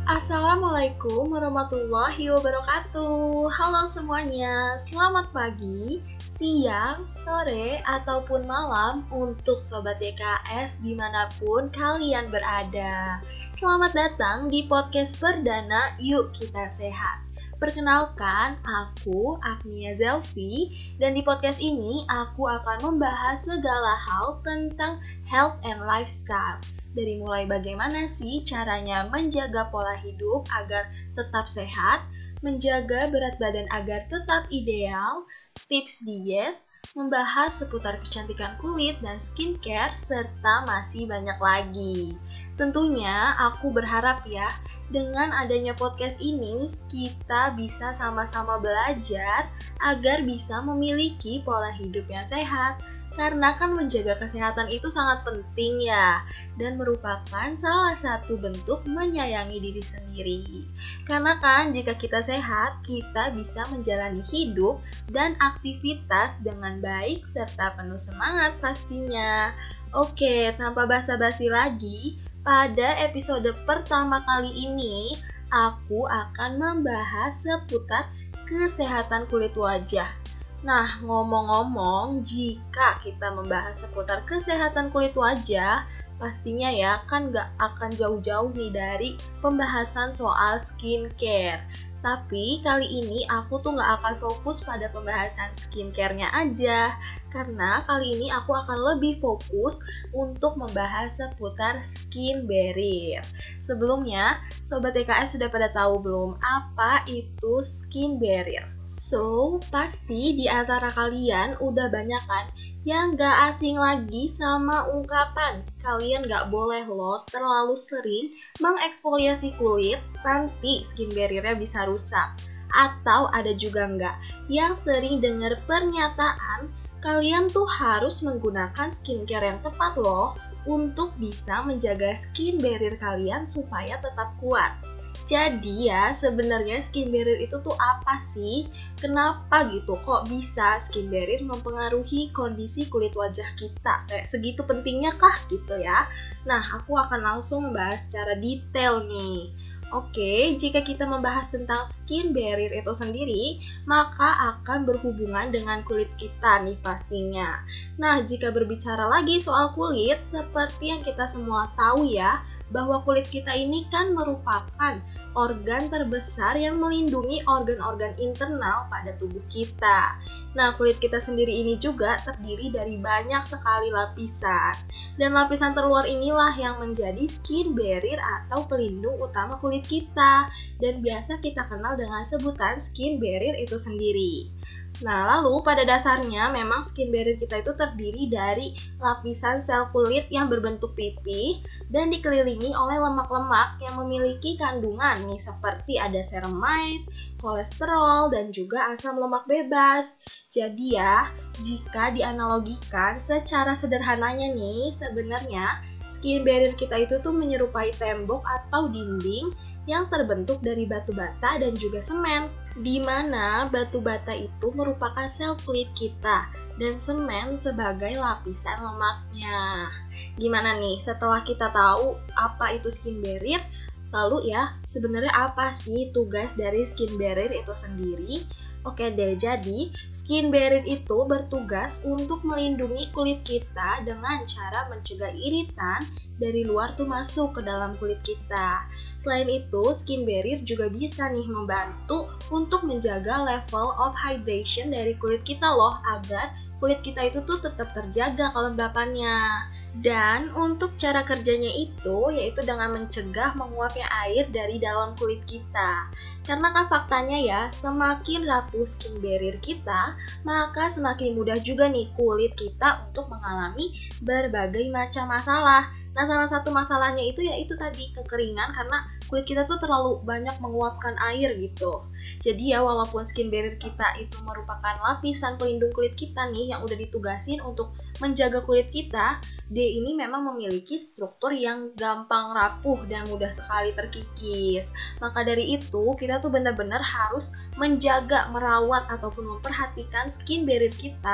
Assalamualaikum warahmatullahi wabarakatuh. Halo semuanya, selamat pagi, siang, sore, ataupun malam untuk Sobat YKS dimanapun kalian berada. Selamat datang di podcast perdana Yuk Kita Sehat. Perkenalkan, aku Agnia Zelfi, dan di podcast ini aku akan membahas segala hal tentang health and lifestyle. Dari mulai bagaimana sih caranya menjaga pola hidup agar tetap sehat, menjaga berat badan agar tetap ideal, tips diet, membahas seputar kecantikan kulit dan skincare, serta masih banyak lagi. Tentunya aku berharap ya, dengan adanya podcast ini kita bisa sama-sama belajar agar bisa memiliki pola hidup yang sehat. Karena kan menjaga kesehatan itu sangat penting ya, dan merupakan salah satu bentuk menyayangi diri sendiri. Karena kan jika kita sehat, kita bisa menjalani hidup dan aktivitas dengan baik serta penuh semangat pastinya. Oke, tanpa basa-basi lagi, pada episode pertama kali ini, aku akan membahas seputar kesehatan kulit wajah. Nah, ngomong-ngomong, jika kita membahas seputar kesehatan kulit wajah, pastinya ya kan gak akan jauh-jauh nih dari pembahasan soal skincare. Tapi kali ini aku tuh gak akan fokus pada pembahasan skincare-nya aja, karena kali ini aku akan lebih fokus untuk membahas seputar skin barrier. Sebelumnya, Sobat TKS sudah pada tahu belum apa itu skin barrier? So, pasti di antara kalian udah banyak kan yang gak asing lagi sama ungkapan kalian gak boleh loh terlalu sering mengeksfoliasi kulit, nanti skin barrier-nya bisa rusak. Atau ada juga nggak yang sering dengar pernyataan kalian tuh harus menggunakan skincare yang tepat loh untuk bisa menjaga skin barrier kalian supaya tetap kuat. Jadi ya, sebenarnya skin barrier itu tuh apa sih? Kenapa gitu kok bisa skin barrier mempengaruhi kondisi kulit wajah kita? Kayak segitu pentingnya kah gitu ya? Nah, aku akan langsung membahas secara detail nih. Oke, jika kita membahas tentang skin barrier itu sendiri, maka akan berhubungan dengan kulit kita nih pastinya. Nah, jika berbicara lagi soal kulit, seperti yang kita semua tahu ya, bahwa kulit kita ini kan merupakan organ terbesar yang melindungi organ-organ internal pada tubuh kita. Nah, kulit kita sendiri ini juga terdiri dari banyak sekali lapisan. Dan lapisan terluar inilah yang menjadi skin barrier atau pelindung utama kulit kita. Dan biasa kita kenal dengan sebutan skin barrier itu sendiri. Nah, lalu pada dasarnya memang skin barrier kita itu terdiri dari lapisan sel kulit yang berbentuk pipih dan dikelilingi oleh lemak-lemak yang memiliki kandungan nih seperti ada ceramide, kolesterol, dan juga asam lemak bebas. Jadi ya, jika dianalogikan secara sederhananya nih, sebenarnya skin barrier kita itu tuh menyerupai tembok atau dinding yang terbentuk dari batu bata dan juga semen, di mana batu bata itu merupakan sel kulit kita dan semen sebagai lapisan lemaknya. Gimana nih, setelah kita tahu apa itu skin barrier, lalu ya sebenarnya apa sih tugas dari skin barrier itu sendiri? Oke deh, jadi skin barrier itu bertugas untuk melindungi kulit kita dengan cara mencegah iritan dari luar tuh masuk ke dalam kulit kita. Selain itu, skin barrier juga bisa nih membantu untuk menjaga level of hydration dari kulit kita loh, agar kulit kita itu tuh tetap terjaga kelembapannya. Dan untuk cara kerjanya itu yaitu dengan mencegah menguapnya air dari dalam kulit kita. Karena kan faktanya ya, semakin rapuh skin barrier kita, maka semakin mudah juga nih kulit kita untuk mengalami berbagai macam masalah. Nah, salah satu masalahnya itu yaitu tadi kekeringan karena kulit kita tuh terlalu banyak menguapkan air gitu. Jadi ya, walaupun skin barrier kita itu merupakan lapisan pelindung kulit kita nih yang udah ditugasin untuk menjaga kulit kita, dia ini memang memiliki struktur yang gampang rapuh dan mudah sekali terkikis. Maka dari itu, kita tuh benar-benar harus menjaga, merawat, ataupun memperhatikan skin barrier kita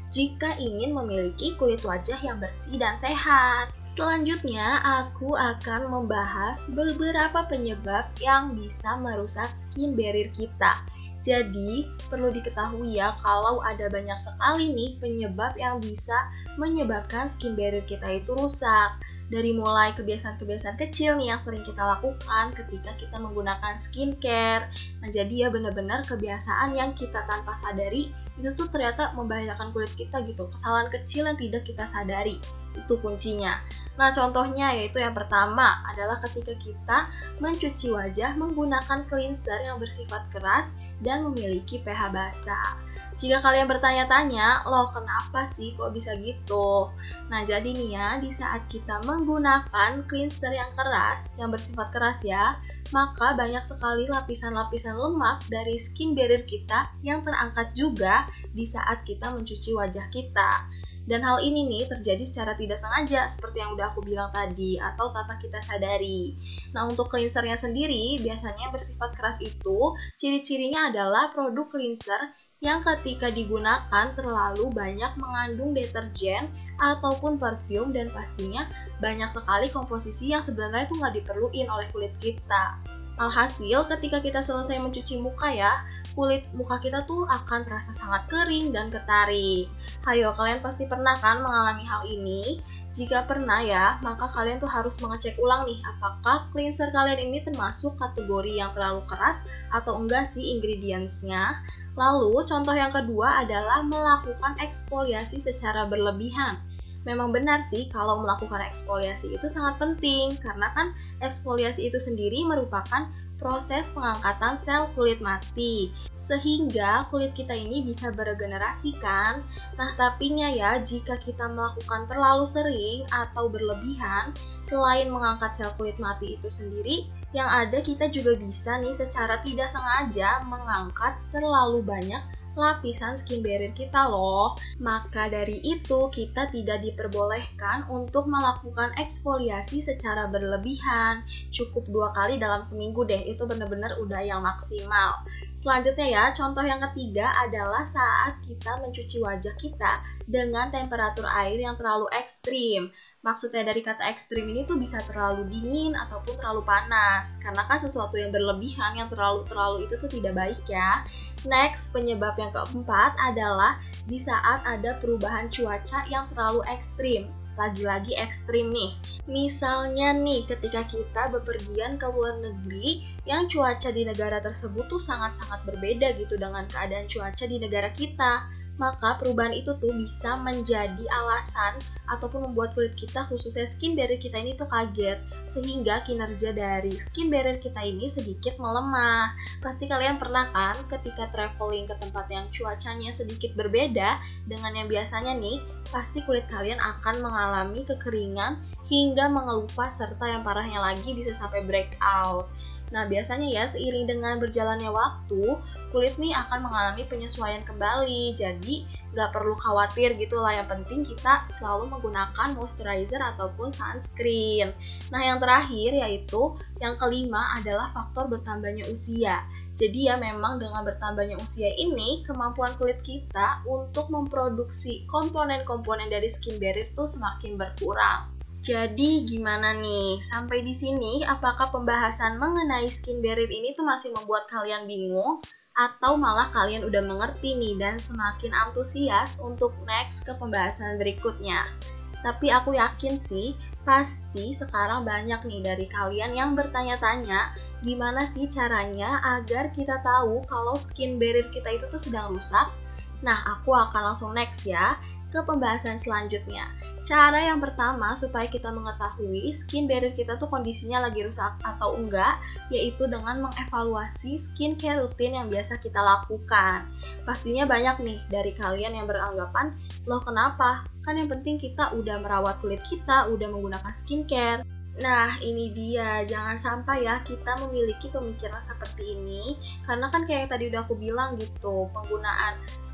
jika ingin memiliki kulit wajah yang bersih dan sehat. Selanjutnya, aku akan membahas beberapa penyebab yang bisa merusak skin barrier kita. Jadi, perlu diketahui ya kalau ada banyak sekali nih penyebab yang bisa menyebabkan skin barrier kita itu rusak. Dari mulai kebiasaan-kebiasaan kecil nih yang sering kita lakukan ketika kita menggunakan skincare. Nah, jadi ya benar-benar kebiasaan yang kita tanpa sadari itu tuh ternyata membahayakan kulit kita gitu. Kesalahan kecil yang tidak kita sadari. Itu kuncinya. Nah, contohnya yaitu yang pertama adalah ketika kita mencuci wajah menggunakan cleanser yang bersifat keras dan memiliki pH basah. Jika kalian bertanya-tanya, loh kenapa sih kok bisa gitu? Nah, jadi nih ya, di saat kita menggunakan cleanser yang keras, yang bersifat keras ya, maka banyak sekali lapisan-lapisan lemak dari skin barrier kita yang terangkat juga di saat kita mencuci wajah kita. Dan hal ini nih terjadi secara tidak sengaja seperti yang udah aku bilang tadi atau tanpa kita sadari. Nah, untuk cleansernya sendiri biasanya bersifat keras itu ciri-cirinya adalah produk cleanser yang ketika digunakan terlalu banyak mengandung deterjen ataupun parfum dan pastinya banyak sekali komposisi yang sebenarnya itu nggak diperluin oleh kulit kita. Alhasil, ketika kita selesai mencuci muka ya, kulit muka kita tuh akan terasa sangat kering dan ketarik. Hayo, kalian pasti pernah kan mengalami hal ini? Jika pernah ya, maka kalian tuh harus mengecek ulang nih, apakah cleanser kalian ini termasuk kategori yang terlalu keras atau enggak sih ingredients-nya. Lalu, contoh yang kedua adalah melakukan eksfoliasi secara berlebihan. Memang benar sih kalau melakukan eksfoliasi itu sangat penting karena kan eksfoliasi itu sendiri merupakan proses pengangkatan sel kulit mati sehingga kulit kita ini bisa beregenerasi kan. Nah, tapinya ya jika kita melakukan terlalu sering atau berlebihan, selain mengangkat sel kulit mati itu sendiri, yang ada kita juga bisa nih secara tidak sengaja mengangkat terlalu banyak lapisan skin barrier kita loh. Maka dari itu kita tidak diperbolehkan untuk melakukan eksfoliasi secara berlebihan. Cukup 2 kali dalam seminggu deh, itu benar-benar udah yang maksimal. Selanjutnya ya, contoh yang ketiga adalah saat kita mencuci wajah kita dengan temperatur air yang terlalu ekstrim. Maksudnya dari kata ekstrim ini tuh bisa terlalu dingin ataupun terlalu panas. Karena kan sesuatu yang berlebihan, yang terlalu itu tuh tidak baik ya. Next, penyebab yang keempat adalah di saat ada perubahan cuaca yang terlalu ekstrim. Lagi-lagi ekstrim nih. Misalnya nih, ketika kita bepergian ke luar negeri yang cuaca di negara tersebut tuh sangat-sangat berbeda gitu dengan keadaan cuaca di negara kita. Maka perubahan itu tuh bisa menjadi alasan ataupun membuat kulit kita khususnya skin barrier kita ini tuh kaget sehingga kinerja dari skin barrier kita ini sedikit melemah. Pasti kalian pernah kan ketika traveling ke tempat yang cuacanya sedikit berbeda dengan yang biasanya nih, pasti kulit kalian akan mengalami kekeringan hingga mengelupas serta yang parahnya lagi bisa sampai breakout. Nah, biasanya ya seiring dengan berjalannya waktu, kulit nih akan mengalami penyesuaian kembali. Jadi, nggak perlu khawatir gitu lah. Yang penting kita selalu menggunakan moisturizer ataupun sunscreen. Nah, yang terakhir yaitu yang kelima adalah faktor bertambahnya usia. Jadi ya memang dengan bertambahnya usia ini, kemampuan kulit kita untuk memproduksi komponen-komponen dari skin barrier itu semakin berkurang. Jadi gimana nih? Sampai di sini apakah pembahasan mengenai skin barrier ini tuh masih membuat kalian bingung? Atau malah kalian udah mengerti nih dan semakin antusias untuk next ke pembahasan berikutnya? Tapi aku yakin sih, pasti sekarang banyak nih dari kalian yang bertanya-tanya gimana sih caranya agar kita tahu kalau skin barrier kita itu tuh sedang rusak? Nah, aku akan langsung next ya ke pembahasan selanjutnya. Cara yang pertama supaya kita mengetahui skin barrier kita tuh kondisinya lagi rusak atau enggak, yaitu dengan mengevaluasi skincare rutin yang biasa kita lakukan. Pastinya banyak nih dari kalian yang beranggapan, loh kenapa? Kan yang penting kita udah merawat kulit kita, udah menggunakan skincare. Nah, ini dia, jangan sampai ya kita memiliki pemikiran seperti ini, karena kan kayak yang tadi udah aku bilang gitu, penggunaan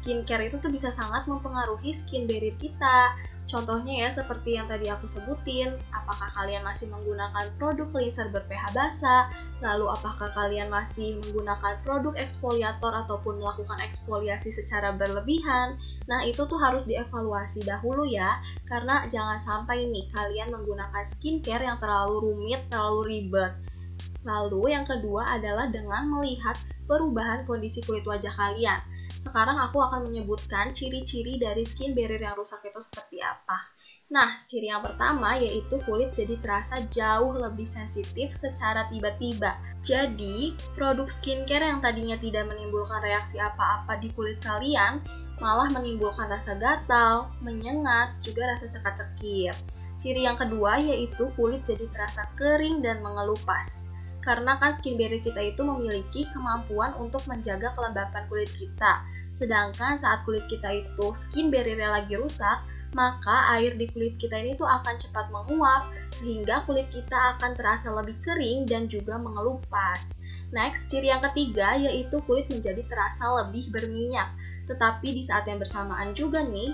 skincare itu tuh bisa sangat mempengaruhi skin barrier kita. Contohnya ya seperti yang tadi aku sebutin, apakah kalian masih menggunakan produk cleanser ber-pH basa, lalu apakah kalian masih menggunakan produk eksfoliator ataupun melakukan eksfoliasi secara berlebihan. Nah itu tuh harus dievaluasi dahulu ya, karena jangan sampai nih kalian menggunakan skincare yang terlalu rumit, terlalu ribet. Lalu yang kedua adalah dengan melihat perubahan kondisi kulit wajah kalian. Sekarang aku akan menyebutkan ciri-ciri dari skin barrier yang rusak itu seperti apa. Nah, ciri yang pertama yaitu kulit jadi terasa jauh lebih sensitif secara tiba-tiba. Jadi, produk skincare yang tadinya tidak menimbulkan reaksi apa-apa di kulit kalian, malah menimbulkan rasa gatal, menyengat, juga rasa cekat-cekir. Ciri yang kedua yaitu kulit jadi terasa kering dan mengelupas. Karena kan skin barrier kita itu memiliki kemampuan untuk menjaga kelembapan kulit kita. Sedangkan saat kulit kita itu skin barrier-nya lagi rusak, maka air di kulit kita ini tuh akan cepat menguap, sehingga kulit kita akan terasa lebih kering dan juga mengelupas. Next, ciri yang ketiga yaitu kulit menjadi terasa lebih berminyak. Tetapi di saat yang bersamaan juga nih,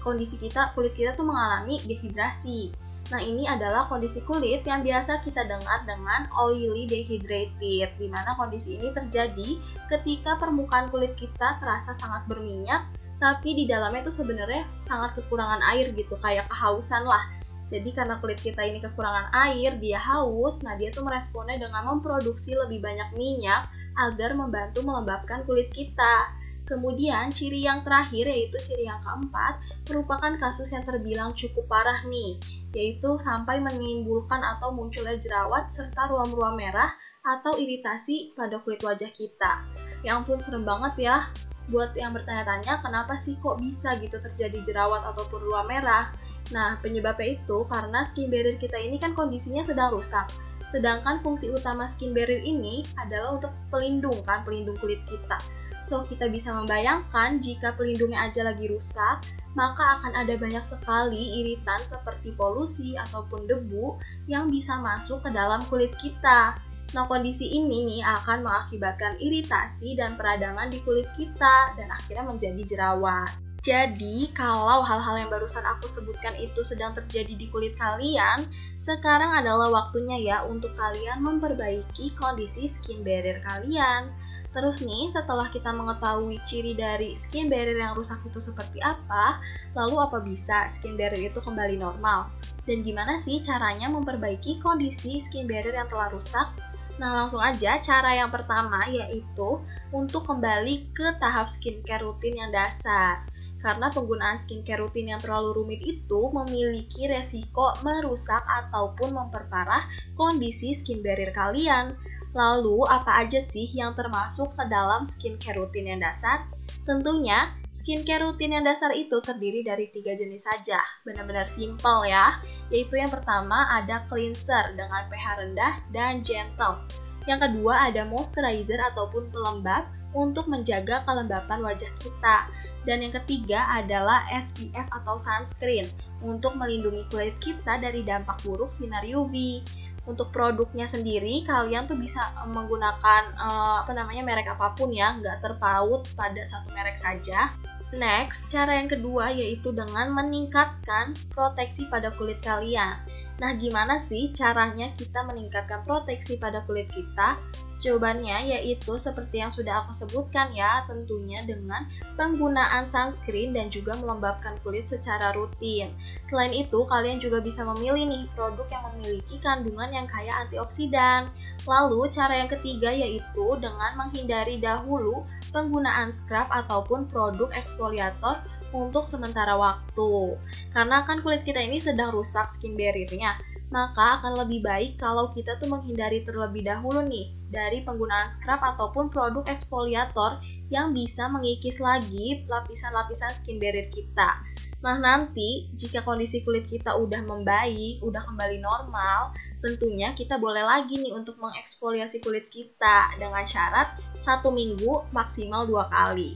kulit kita tuh mengalami dehidrasi. Nah, ini adalah kondisi kulit yang biasa kita dengar dengan oily dehydrated, di mana kondisi ini terjadi ketika permukaan kulit kita terasa sangat berminyak, tapi di dalamnya itu sebenarnya sangat kekurangan air gitu, kayak kehausan lah. Jadi karena kulit kita ini kekurangan air, dia haus, nah dia tuh meresponnya dengan memproduksi lebih banyak minyak agar membantu melembabkan kulit kita. Kemudian ciri yang terakhir yaitu ciri yang keempat merupakan kasus yang terbilang cukup parah nih, yaitu sampai menimbulkan atau munculnya jerawat serta ruam-ruam merah atau iritasi pada kulit wajah kita. Ya ampun, serem banget ya. Buat yang bertanya-tanya kenapa sih kok bisa gitu terjadi jerawat ataupun ruam merah? Nah, penyebabnya itu karena skin barrier kita ini kan kondisinya sedang rusak. Sedangkan fungsi utama skin barrier ini adalah untuk pelindung kulit kita. So, kita bisa membayangkan jika pelindungnya aja lagi rusak, maka akan ada banyak sekali iritan seperti polusi ataupun debu yang bisa masuk ke dalam kulit kita. Nah, kondisi ini nih akan mengakibatkan iritasi dan peradangan di kulit kita dan akhirnya menjadi jerawat. Jadi, kalau hal-hal yang barusan aku sebutkan itu sedang terjadi di kulit kalian, sekarang adalah waktunya ya untuk kalian memperbaiki kondisi skin barrier kalian. Terus nih, setelah kita mengetahui ciri dari skin barrier yang rusak itu seperti apa, lalu apa bisa skin barrier itu kembali normal? Dan gimana sih caranya memperbaiki kondisi skin barrier yang telah rusak? Nah, langsung aja cara yang pertama yaitu untuk kembali ke tahap skincare rutin yang dasar. Karena penggunaan skincare rutin yang terlalu rumit itu memiliki resiko merusak ataupun memperparah kondisi skin barrier kalian. Lalu, apa aja sih yang termasuk ke dalam skincare rutin yang dasar? Tentunya, skincare rutin yang dasar itu terdiri dari 3 jenis saja. Benar-benar simpel ya. Yaitu yang pertama ada cleanser dengan pH rendah dan gentle. Yang kedua ada moisturizer ataupun pelembab untuk menjaga kelembapan wajah kita. Dan yang ketiga adalah SPF atau sunscreen untuk melindungi kulit kita dari dampak buruk sinar UV. Untuk produknya sendiri, kalian tuh bisa menggunakan merek apapun ya, nggak terpaut pada satu merek saja. Next, cara yang kedua yaitu dengan meningkatkan proteksi pada kulit kalian. Nah, gimana sih caranya kita meningkatkan proteksi pada kulit kita? Jawabannya yaitu seperti yang sudah aku sebutkan ya, tentunya dengan penggunaan sunscreen dan juga melembabkan kulit secara rutin. Selain itu, kalian juga bisa memilih nih produk yang memiliki kandungan yang kaya antioksidan. Lalu, cara yang ketiga yaitu dengan menghindari dahulu penggunaan scrub ataupun produk eksfoliator untuk sementara waktu. Karena kan kulit kita ini sedang rusak skin barrier-nya, maka akan lebih baik kalau kita tuh menghindari terlebih dahulu nih dari penggunaan scrub ataupun produk eksfoliator yang bisa mengikis lagi lapisan-lapisan skin barrier kita. Nah, nanti jika kondisi kulit kita udah membaik, udah kembali normal, tentunya kita boleh lagi nih untuk mengeksfoliasi kulit kita dengan syarat 1 minggu maksimal 2 kali.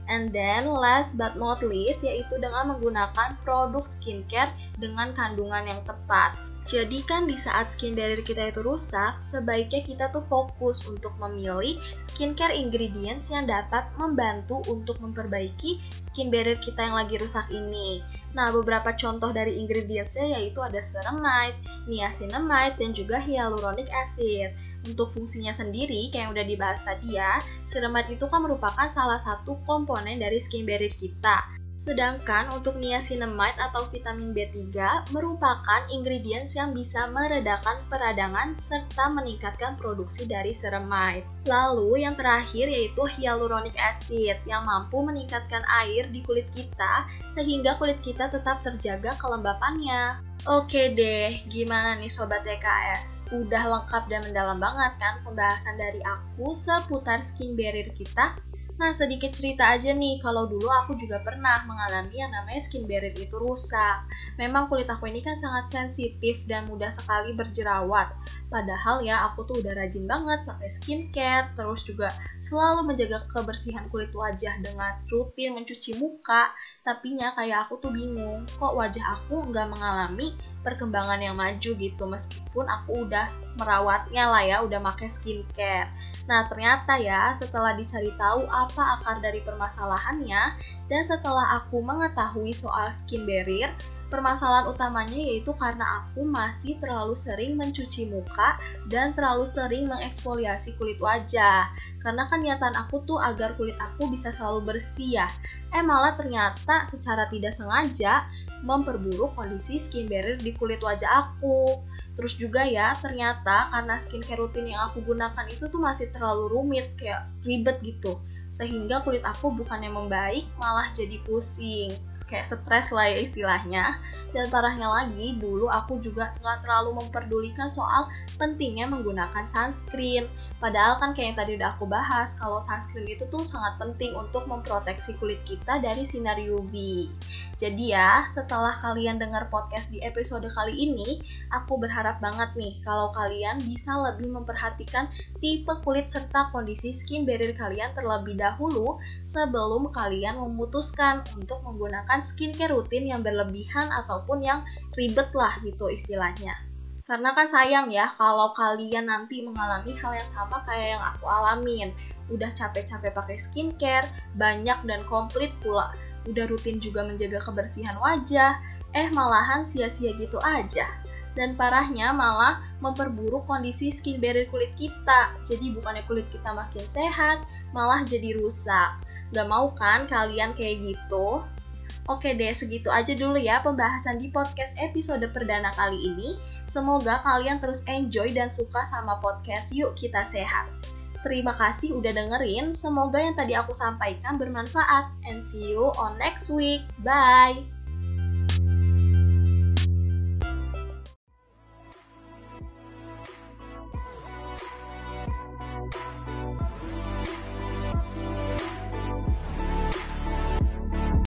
And then last but not least yaitu dengan menggunakan produk skincare dengan kandungan yang tepat. Jadi kan di saat skin barrier kita itu rusak, sebaiknya kita tuh fokus untuk memilih skincare ingredients yang dapat membantu untuk memperbaiki skin barrier kita yang lagi rusak ini. Nah, beberapa contoh dari ingredientsnya yaitu ada ceramide, niacinamide, dan juga hyaluronic acid. Untuk fungsinya sendiri, kayak yang udah dibahas tadi ya, ceramide itu kan merupakan salah satu komponen dari skin barrier kita. Sedangkan untuk niacinamide atau vitamin B3 merupakan ingredients yang bisa meredakan peradangan serta meningkatkan produksi dari ceramide. Lalu yang terakhir yaitu hyaluronic acid yang mampu meningkatkan air di kulit kita sehingga kulit kita tetap terjaga kelembapannya. Oke deh, gimana nih Sobat DKS? Udah lengkap dan mendalam banget kan pembahasan dari aku seputar skin barrier kita? Nah, sedikit cerita aja nih, kalau dulu aku juga pernah mengalami yang namanya skin barrier itu rusak. Memang kulit aku ini kan sangat sensitif dan mudah sekali berjerawat. Padahal ya, aku tuh udah rajin banget pakai skincare, terus juga selalu menjaga kebersihan kulit wajah dengan rutin mencuci muka. Tapinya kayak aku tuh bingung, kok wajah aku nggak mengalami perkembangan yang maju gitu, meskipun aku udah merawatnya lah ya, udah pakai skincare. Nah, ternyata ya, setelah dicari tahu apa akar dari permasalahannya, dan setelah aku mengetahui soal skin barrier, permasalahan utamanya yaitu karena aku masih terlalu sering mencuci muka dan terlalu sering mengeksfoliasi kulit wajah. Karena kan niatan aku tuh agar kulit aku bisa selalu bersih ya. Malah ternyata secara tidak sengaja memperburuk kondisi skin barrier di kulit wajah aku. Terus juga ya, ternyata karena skincare rutin yang aku gunakan itu tuh masih terlalu rumit, kayak ribet gitu. Sehingga kulit aku bukannya membaik, malah jadi pusing. Kayak stres lah ya istilahnya. Dan parahnya lagi, dulu aku juga nggak terlalu memperdulikan soal pentingnya menggunakan sunscreen. Padahal kan kayak yang tadi udah aku bahas, kalau sunscreen itu tuh sangat penting untuk memproteksi kulit kita dari sinar UV. Jadi ya, setelah kalian dengar podcast di episode kali ini, aku berharap banget nih kalau kalian bisa lebih memperhatikan tipe kulit serta kondisi skin barrier kalian terlebih dahulu sebelum kalian memutuskan untuk menggunakan skincare rutin yang berlebihan ataupun yang ribet lah gitu istilahnya. Karena kan sayang ya kalau kalian nanti mengalami hal yang sama kayak yang aku alamin. Udah capek-capek pakai skincare, banyak dan komplit pula. Udah rutin juga menjaga kebersihan wajah, malahan sia-sia gitu aja. Dan parahnya malah memperburuk kondisi skin barrier kulit kita. Jadi bukannya kulit kita makin sehat, malah jadi rusak. Gak mau kan kalian kayak gitu? Oke deh, segitu aja dulu ya pembahasan di podcast episode perdana kali ini. Semoga kalian terus enjoy dan suka sama podcast Yuk Kita Sehat. Terima kasih udah dengerin, semoga yang tadi aku sampaikan bermanfaat. And see you on next week. Bye!